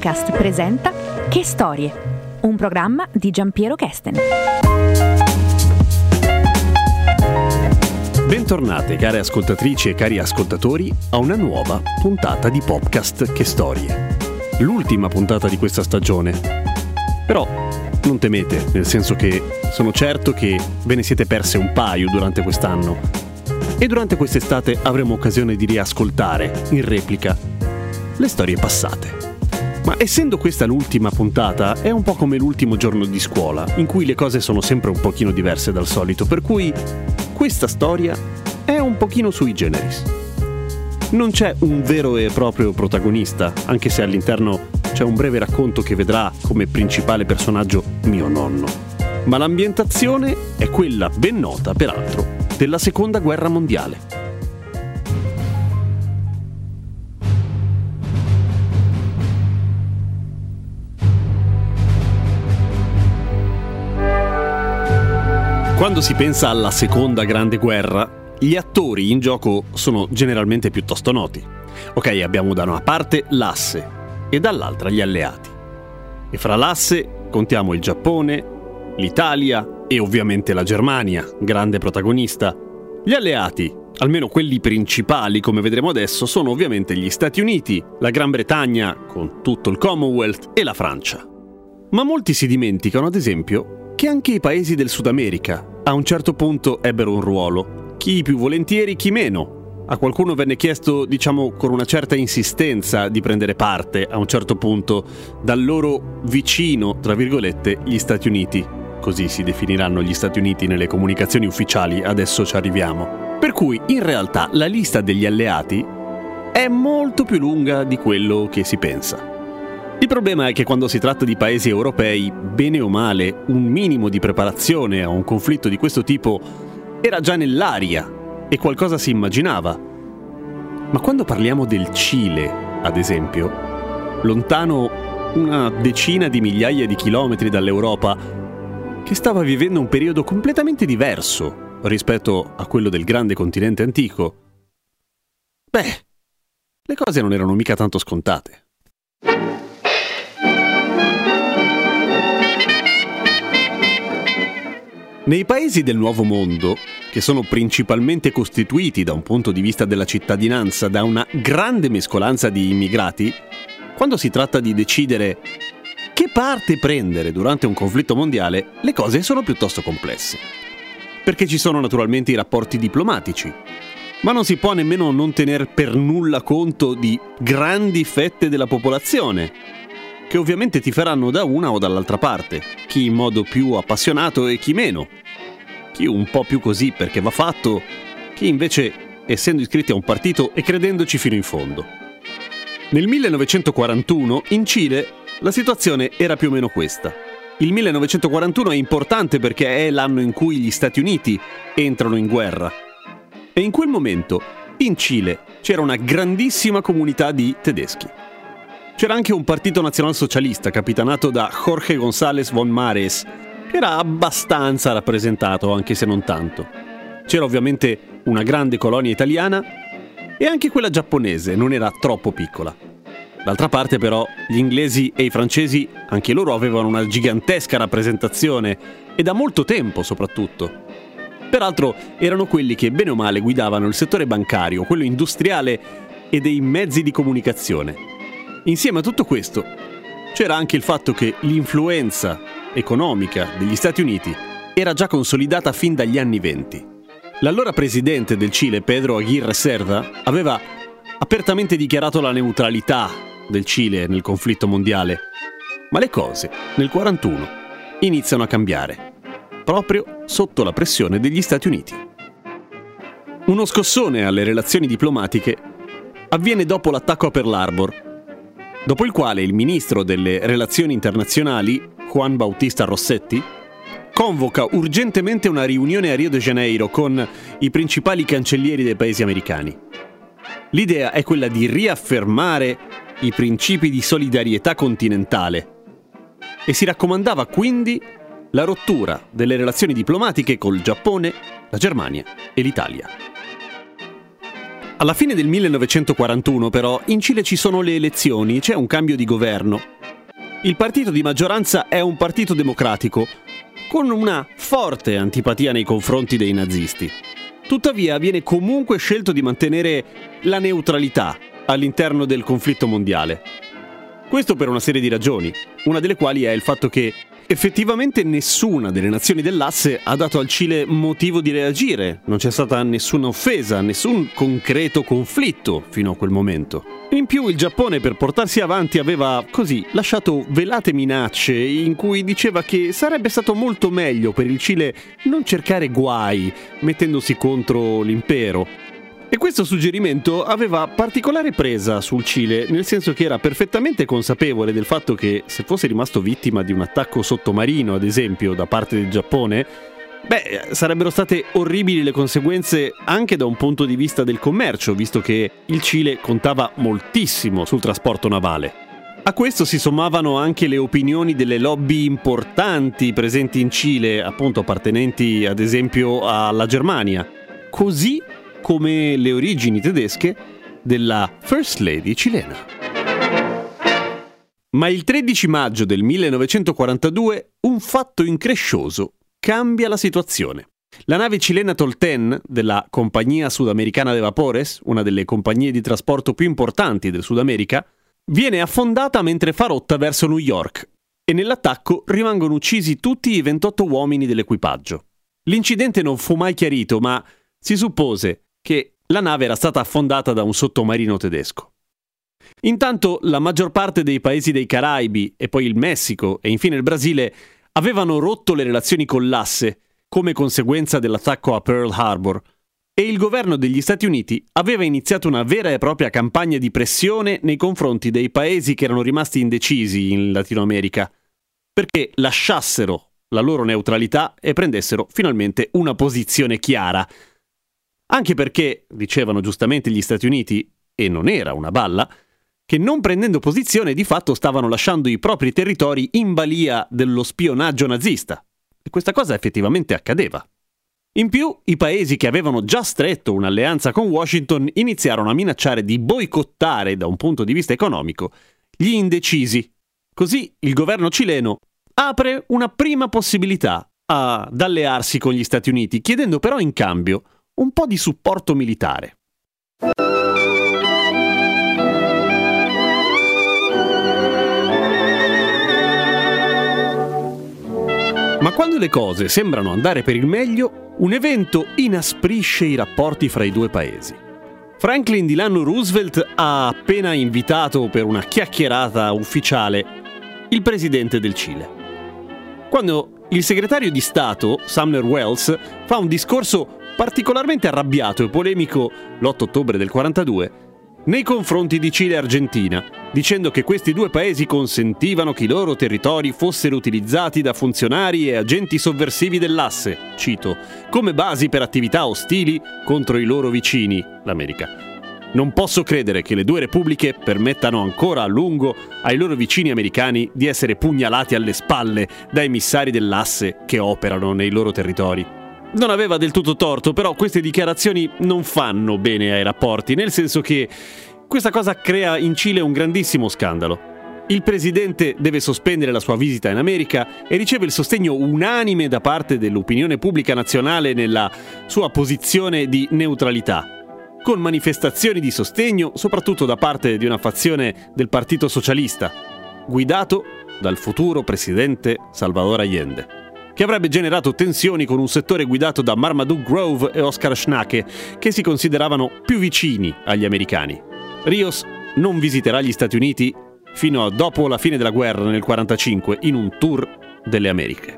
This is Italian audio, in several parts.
Podcast presenta Che Storie, un programma di Giampiero Kesten. Bentornate care ascoltatrici e cari ascoltatori a una nuova puntata di podcast Che Storie. L'ultima puntata di questa stagione. Però non temete, nel senso che sono certo che ve ne siete perse un paio durante quest'anno. E durante quest'estate avremo occasione di riascoltare, in replica, le storie passate. Ma essendo questa l'ultima puntata, è un po' come l'ultimo giorno di scuola, in cui le cose sono sempre un pochino diverse dal solito, per cui questa storia è un pochino sui generis. Non c'è un vero e proprio protagonista, anche se all'interno c'è un breve racconto che vedrà come principale personaggio mio nonno. Ma l'ambientazione è quella ben nota, peraltro, della Seconda Guerra Mondiale. Quando si pensa alla Seconda Grande Guerra, gli attori in gioco sono generalmente piuttosto noti. Ok, abbiamo da una parte l'Asse e dall'altra gli alleati. E fra l'Asse contiamo il Giappone, l'Italia e ovviamente la Germania, grande protagonista. Gli alleati, almeno quelli principali come vedremo adesso, sono ovviamente gli Stati Uniti, la Gran Bretagna con tutto il Commonwealth e la Francia. Ma molti si dimenticano, ad esempio, che anche i paesi del Sud America a un certo punto ebbero un ruolo, chi più volentieri, chi meno. A qualcuno venne chiesto, diciamo con una certa insistenza, di prendere parte a un certo punto dal loro vicino, tra virgolette, gli Stati Uniti. Così si definiranno gli Stati Uniti nelle comunicazioni ufficiali, adesso ci arriviamo. Per cui, in realtà, la lista degli alleati è molto più lunga di quello che si pensa. Il problema è che quando si tratta di paesi europei, bene o male, un minimo di preparazione a un conflitto di questo tipo era già nell'aria e qualcosa si immaginava. Ma quando parliamo del Cile, ad esempio, lontano una decina di migliaia di chilometri dall'Europa, che stava vivendo un periodo completamente diverso rispetto a quello del grande continente antico, le cose non erano mica tanto scontate. Nei paesi del Nuovo Mondo, che sono principalmente costituiti da un punto di vista della cittadinanza da una grande mescolanza di immigrati, quando si tratta di decidere che parte prendere durante un conflitto mondiale, le cose sono piuttosto complesse. Perché ci sono naturalmente i rapporti diplomatici, ma non si può nemmeno non tener per nulla conto di grandi fette della popolazione, che ovviamente tiferanno da una o dall'altra parte, chi in modo più appassionato e chi meno, chi un po' più così perché va fatto, chi invece essendo iscritti a un partito e credendoci fino in fondo. Nel 1941 in Cile la situazione era più o meno questa. Il 1941 è importante perché è l'anno in cui gli Stati Uniti entrano in guerra. E in quel momento in Cile c'era una grandissima comunità di tedeschi. C'era anche un partito nazionalsocialista capitanato da Jorge González von Mares, che era abbastanza rappresentato, anche se non tanto. C'era ovviamente una grande colonia italiana e anche quella giapponese non era troppo piccola. D'altra parte però gli inglesi e i francesi anche loro avevano una gigantesca rappresentazione e da molto tempo soprattutto. Peraltro erano quelli che bene o male guidavano il settore bancario, quello industriale e dei mezzi di comunicazione. Insieme a tutto questo c'era anche il fatto che l'influenza economica degli Stati Uniti era già consolidata fin dagli anni '20. L'allora presidente del Cile, Pedro Aguirre Cerda, aveva apertamente dichiarato la neutralità del Cile nel conflitto mondiale. Ma le cose, nel 1941, iniziano a cambiare, proprio sotto la pressione degli Stati Uniti. Uno scossone alle relazioni diplomatiche avviene dopo l'attacco a Pearl Harbor, dopo il quale il ministro delle relazioni internazionali, Juan Bautista Rossetti, convoca urgentemente una riunione a Rio de Janeiro con i principali cancellieri dei paesi americani. L'idea è quella di riaffermare i principi di solidarietà continentale e si raccomandava quindi la rottura delle relazioni diplomatiche col Giappone, la Germania e l'Italia. Alla fine del 1941, però, in Cile ci sono le elezioni, c'è un cambio di governo. Il partito di maggioranza è un partito democratico, con una forte antipatia nei confronti dei nazisti. Tuttavia viene comunque scelto di mantenere la neutralità all'interno del conflitto mondiale. Questo per una serie di ragioni, una delle quali è il fatto che effettivamente nessuna delle nazioni dell'asse ha dato al Cile motivo di reagire, non c'è stata nessuna offesa, nessun concreto conflitto fino a quel momento. In più il Giappone, per portarsi avanti, aveva così lasciato velate minacce in cui diceva che sarebbe stato molto meglio per il Cile non cercare guai mettendosi contro l'impero. E questo suggerimento aveva particolare presa sul Cile, nel senso che era perfettamente consapevole del fatto che se fosse rimasto vittima di un attacco sottomarino, ad esempio, da parte del Giappone, sarebbero state orribili le conseguenze anche da un punto di vista del commercio, visto che il Cile contava moltissimo sul trasporto navale. A questo si sommavano anche le opinioni delle lobby importanti presenti in Cile, appunto appartenenti ad esempio alla Germania, così come le origini tedesche della First Lady cilena. Ma il 13 maggio del 1942 un fatto increscioso cambia la situazione. La nave cilena Tolten della Compagnia Sudamericana de Vapores, una delle compagnie di trasporto più importanti del Sud America, viene affondata mentre fa rotta verso New York e nell'attacco rimangono uccisi tutti i 28 uomini dell'equipaggio. L'incidente non fu mai chiarito, ma si suppose che la nave era stata affondata da un sottomarino tedesco. Intanto la maggior parte dei paesi dei Caraibi e poi il Messico e infine il Brasile avevano rotto le relazioni con l'asse come conseguenza dell'attacco a Pearl Harbor e il governo degli Stati Uniti aveva iniziato una vera e propria campagna di pressione nei confronti dei paesi che erano rimasti indecisi in Latino America perché lasciassero la loro neutralità e prendessero finalmente una posizione chiara. Anche perché, dicevano giustamente gli Stati Uniti, e non era una balla, che non prendendo posizione di fatto stavano lasciando i propri territori in balia dello spionaggio nazista. E questa cosa effettivamente accadeva. In più, i paesi che avevano già stretto un'alleanza con Washington iniziarono a minacciare di boicottare da un punto di vista economico gli indecisi. Così il governo cileno apre una prima possibilità ad allearsi con gli Stati Uniti, chiedendo però in cambio un po' di supporto militare. Ma quando le cose sembrano andare per il meglio, un evento inasprisce i rapporti fra i due paesi. Franklin Delano Roosevelt ha appena invitato per una chiacchierata ufficiale il presidente del Cile. Quando il segretario di Stato, Sumner Welles, fa un discorso particolarmente arrabbiato e polemico l'8 ottobre del 42 nei confronti di Cile e Argentina, dicendo che questi due paesi consentivano che i loro territori fossero utilizzati da funzionari e agenti sovversivi dell'asse, cito, come basi per attività ostili contro i loro vicini, l'America. Non posso credere che le due repubbliche permettano ancora a lungo ai loro vicini americani di essere pugnalati alle spalle da emissari dell'asse che operano nei loro territori. Non aveva del tutto torto, però queste dichiarazioni non fanno bene ai rapporti, nel senso che questa cosa crea in Cile un grandissimo scandalo. Il presidente deve sospendere la sua visita in America e riceve il sostegno unanime da parte dell'opinione pubblica nazionale nella sua posizione di neutralità, con manifestazioni di sostegno soprattutto da parte di una fazione del Partito Socialista, guidato dal futuro presidente Salvador Allende, che avrebbe generato tensioni con un settore guidato da Marmaduke Grove e Oscar Schnake, che si consideravano più vicini agli americani. Ríos non visiterà gli Stati Uniti fino a dopo la fine della guerra nel 1945 in un tour delle Americhe.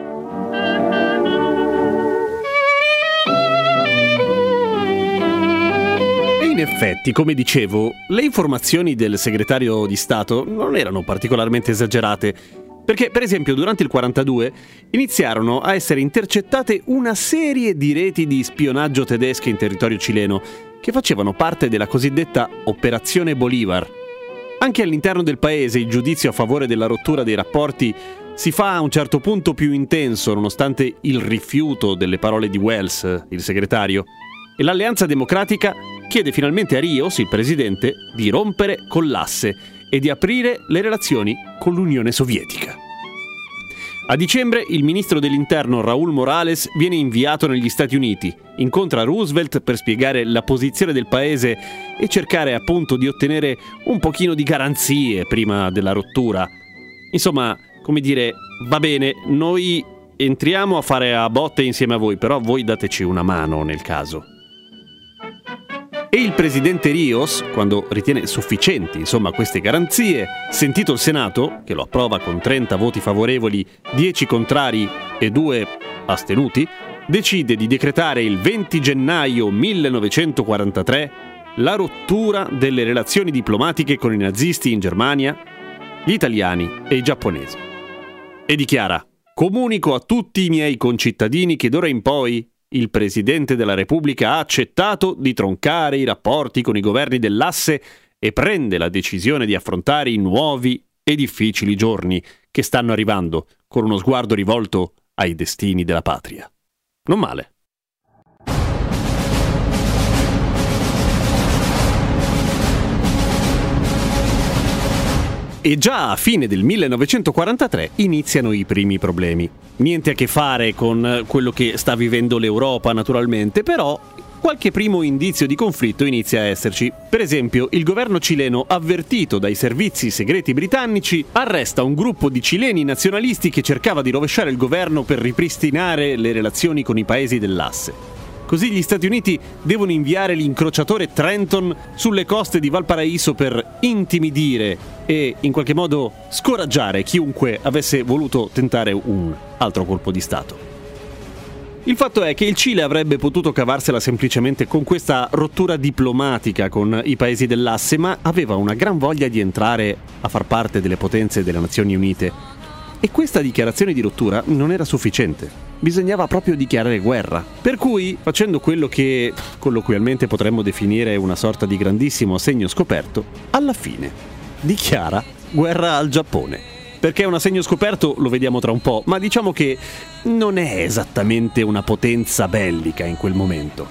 E in effetti, come dicevo, le informazioni del segretario di Stato non erano particolarmente esagerate, perché, per esempio, durante il 42 iniziarono a essere intercettate una serie di reti di spionaggio tedesche in territorio cileno che facevano parte della cosiddetta Operazione Bolívar. Anche all'interno del paese il giudizio a favore della rottura dei rapporti si fa a un certo punto più intenso, nonostante il rifiuto delle parole di Welles, il segretario. e l'Alleanza Democratica chiede finalmente a Ríos, il presidente, di rompere con l'Asse e di aprire le relazioni con l'Unione Sovietica. A dicembre il ministro dell'Interno Raúl Morales viene inviato negli Stati Uniti, incontra Roosevelt per spiegare la posizione del paese e cercare appunto di ottenere un pochino di garanzie prima della rottura. Insomma, come dire, va bene, noi entriamo a fare a botte insieme a voi, però voi dateci una mano nel caso. E il presidente Ríos, quando ritiene sufficienti, insomma, queste garanzie, sentito il Senato, che lo approva con 30 voti favorevoli, 10 contrari e 2 astenuti, decide di decretare il 20 gennaio 1943 la rottura delle relazioni diplomatiche con i nazisti in Germania, gli italiani e i giapponesi. E dichiara: comunico a tutti i miei concittadini che d'ora in poi il Presidente della Repubblica ha accettato di troncare i rapporti con i governi dell'Asse e prende la decisione di affrontare i nuovi e difficili giorni che stanno arrivando con uno sguardo rivolto ai destini della patria. Non male. E già a fine del 1943 iniziano i primi problemi. Niente a che fare con quello che sta vivendo l'Europa, naturalmente, però qualche primo indizio di conflitto inizia a esserci. Per esempio, il governo cileno, avvertito dai servizi segreti britannici, arresta un gruppo di cileni nazionalisti che cercava di rovesciare il governo per ripristinare le relazioni con i paesi dell'Asse. Così gli Stati Uniti devono inviare l'incrociatore Trenton sulle coste di Valparaíso per intimidire e in qualche modo scoraggiare chiunque avesse voluto tentare un altro colpo di Stato. Il fatto è che il Cile avrebbe potuto cavarsela semplicemente con questa rottura diplomatica con i paesi dell'Asse, ma aveva una gran voglia di entrare a far parte delle potenze delle Nazioni Unite. E questa dichiarazione di rottura non era sufficiente. Bisognava proprio dichiarare guerra. Per cui, facendo quello che colloquialmente potremmo definire una sorta di grandissimo segno scoperto, alla fine dichiara guerra al Giappone. Perché è un assegno scoperto lo vediamo tra un po', ma diciamo che non è esattamente una potenza bellica in quel momento.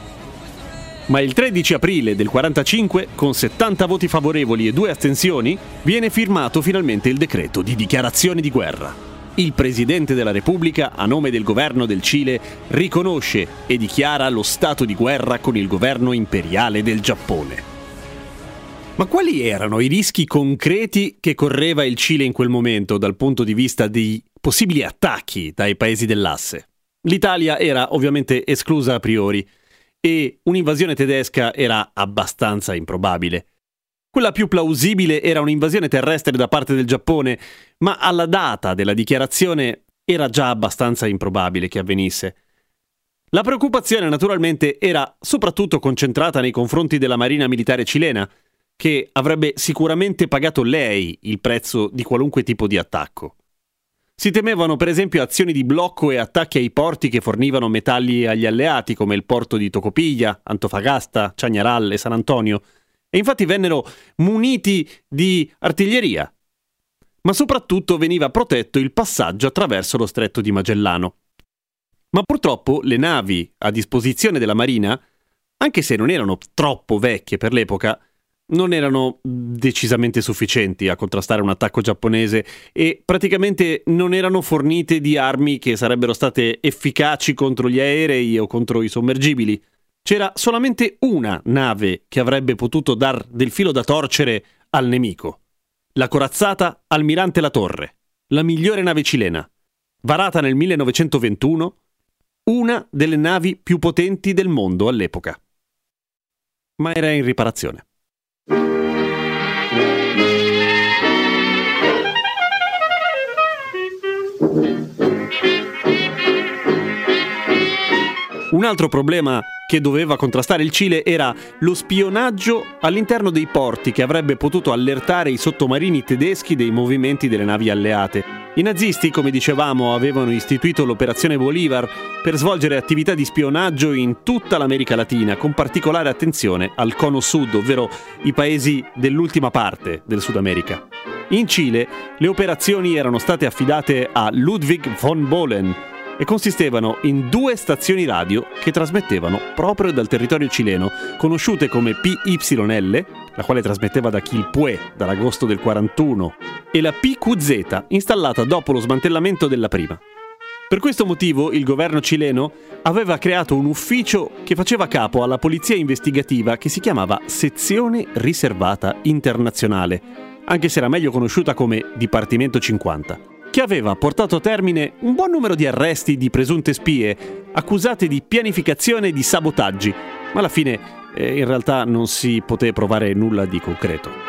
Ma il 13 aprile del 45, con 70 voti favorevoli e 2 astensioni, viene firmato finalmente il decreto di dichiarazione di guerra. Il Presidente della Repubblica, a nome del governo del Cile, riconosce e dichiara lo stato di guerra con il governo imperiale del Giappone. Ma quali erano i rischi concreti che correva il Cile in quel momento dal punto di vista di possibili attacchi dai paesi dell'Asse? L'Italia era ovviamente esclusa a priori e un'invasione tedesca era abbastanza improbabile. Quella più plausibile era un'invasione terrestre da parte del Giappone, ma alla data della dichiarazione era già abbastanza improbabile che avvenisse. La preoccupazione naturalmente era soprattutto concentrata nei confronti della Marina Militare cilena, che avrebbe sicuramente pagato lei il prezzo di qualunque tipo di attacco. Si temevano per esempio azioni di blocco e attacchi ai porti che fornivano metalli agli alleati, come il porto di Tocopilla, Antofagasta, Chañaral e San Antonio, e infatti vennero muniti di artiglieria. Ma soprattutto veniva protetto il passaggio attraverso lo Stretto di Magellano. Ma purtroppo le navi a disposizione della Marina, anche se non erano troppo vecchie per l'epoca, non erano decisamente sufficienti a contrastare un attacco giapponese e praticamente non erano fornite di armi che sarebbero state efficaci contro gli aerei o contro i sommergibili. C'era solamente una nave che avrebbe potuto dar del filo da torcere al nemico. La corazzata Almirante La Torre, la migliore nave cilena, varata nel 1921, una delle navi più potenti del mondo all'epoca. Ma era in riparazione. Un altro problema che doveva contrastare il Cile era lo spionaggio all'interno dei porti che avrebbe potuto allertare i sottomarini tedeschi dei movimenti delle navi alleate. I nazisti, come dicevamo, avevano istituito l'Operazione Bolívar per svolgere attività di spionaggio in tutta l'America Latina, con particolare attenzione al cono sud, ovvero i paesi dell'ultima parte del Sud America. In Cile le operazioni erano state affidate a Ludwig von Bohlen, e consistevano in 2 stazioni radio che trasmettevano proprio dal territorio cileno, conosciute come PYL, la quale trasmetteva da Quilpué dall'agosto del 41, e la PQZ, installata dopo lo smantellamento della prima. Per questo motivo il governo cileno aveva creato un ufficio che faceva capo alla polizia investigativa che si chiamava Sezione Riservata Internazionale, anche se era meglio conosciuta come Dipartimento 50, che aveva portato a termine un buon numero di arresti di presunte spie accusate di pianificazione e di sabotaggi, ma alla fine in realtà non si poté provare nulla di concreto.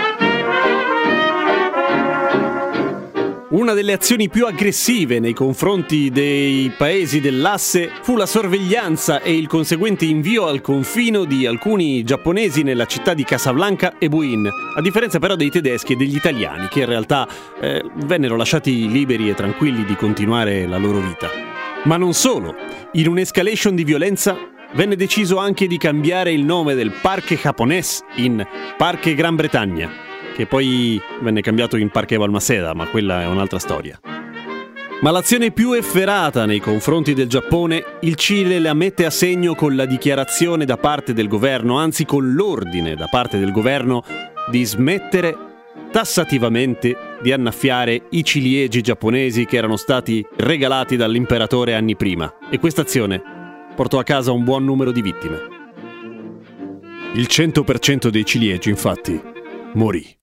Una delle azioni più aggressive nei confronti dei paesi dell'asse fu la sorveglianza e il conseguente invio al confino di alcuni giapponesi nella città di Casablanca e Buin, a differenza però dei tedeschi e degli italiani, che in realtà vennero lasciati liberi e tranquilli di continuare la loro vita. Ma non solo, in un'escalation di violenza venne deciso anche di cambiare il nome del Parque Japonés in Parque Gran Bretagna, che poi venne cambiato in Parque Balmaceda, ma quella è un'altra storia. Ma l'azione più efferata nei confronti del Giappone, il Cile la mette a segno con la dichiarazione da parte del governo, anzi con l'ordine da parte del governo, di smettere tassativamente di annaffiare i ciliegi giapponesi che erano stati regalati dall'imperatore anni prima. E questa azione portò a casa un buon numero di vittime. Il 100% dei ciliegi, infatti, morì.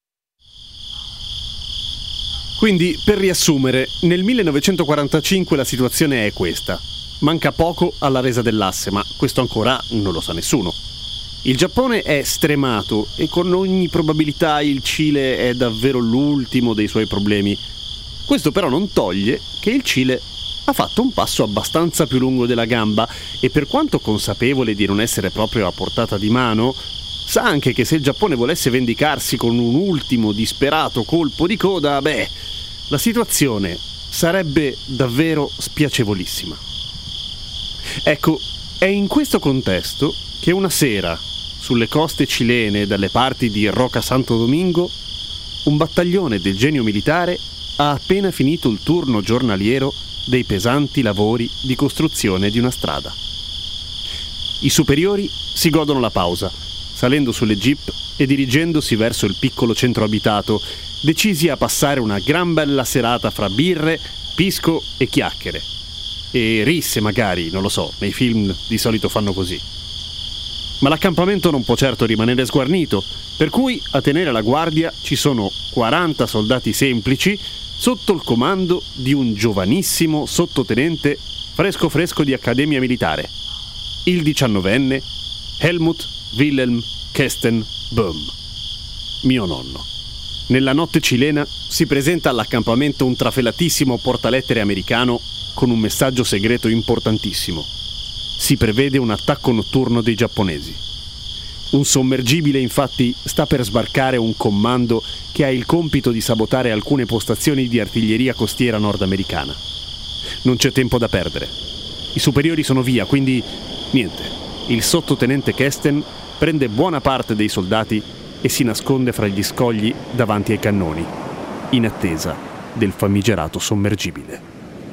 Quindi, per riassumere, nel 1945 la situazione è questa. Manca poco alla resa dell'asse, ma questo ancora non lo sa nessuno. Il Giappone è stremato e con ogni probabilità il Cile è davvero l'ultimo dei suoi problemi. Questo però non toglie che il Cile ha fatto un passo abbastanza più lungo della gamba e, per quanto consapevole di non essere proprio a portata di mano, sa anche che se il Giappone volesse vendicarsi con un ultimo disperato colpo di coda, la situazione sarebbe davvero spiacevolissima. Ecco, è in questo contesto che una sera, sulle coste cilene dalle parti di Roca Santo Domingo, un battaglione del genio militare ha appena finito il turno giornaliero dei pesanti lavori di costruzione di una strada. I superiori si godono la pausa, salendo sulle jeep e dirigendosi verso il piccolo centro abitato, decisi a passare una gran bella serata fra birre, pisco e chiacchiere. E risse magari, non lo so, nei film di solito fanno così. Ma l'accampamento non può certo rimanere sguarnito, per cui a tenere la guardia ci sono 40 soldati semplici sotto il comando di un giovanissimo sottotenente fresco di accademia militare, il 19enne Helmut Wilhelm Kesten Böhm, mio nonno. Nella notte cilena si presenta all'accampamento un trafelatissimo portalettere americano con un messaggio segreto importantissimo. Si prevede un attacco notturno dei giapponesi. Un sommergibile infatti sta per sbarcare un comando che ha il compito di sabotare alcune postazioni di artiglieria costiera nordamericana. Non c'è tempo da perdere. I superiori sono via, quindi niente. Il sottotenente Kesten prende buona parte dei soldati e si nasconde fra gli scogli davanti ai cannoni, in attesa del famigerato sommergibile.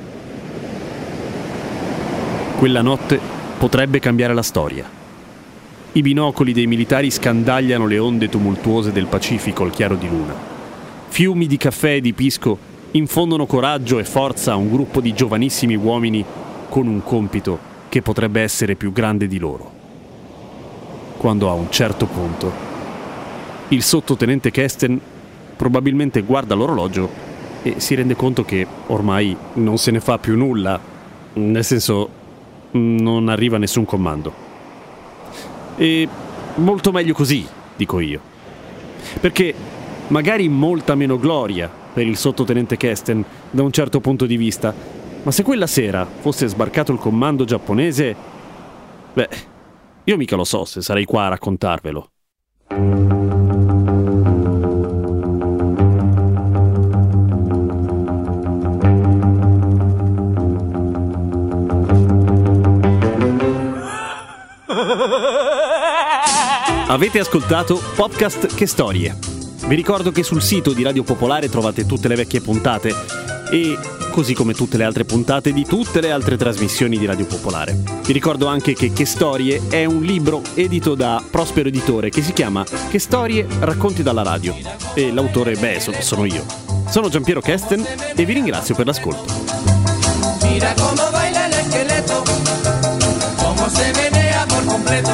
Quella notte potrebbe cambiare la storia. I binocoli dei militari scandagliano le onde tumultuose del Pacifico al chiaro di luna. Fiumi di caffè e di pisco infondono coraggio e forza a un gruppo di giovanissimi uomini con un compito che potrebbe essere più grande di loro. Quando a un certo punto il sottotenente Kesten probabilmente guarda l'orologio e si rende conto che ormai non se ne fa più nulla, nel senso non arriva nessun comando. E molto meglio così, dico io. Perché magari molta meno gloria per il sottotenente Kesten da un certo punto di vista, ma se quella sera fosse sbarcato il comando giapponese, io mica lo so se sarei qua a raccontarvelo. Avete ascoltato Podcast Che Storie. Vi ricordo che sul sito di Radio Popolare trovate tutte le vecchie puntate e così come tutte le altre puntate di tutte le altre trasmissioni di Radio Popolare. Vi ricordo anche che Storie è un libro edito da Prospero Editore che si chiama Che Storie, racconti dalla radio, e l'autore, sono io. Sono Giampiero Kesten e vi ringrazio per l'ascolto. Mira cómo baila el esqueleto, cómo se menea por completo.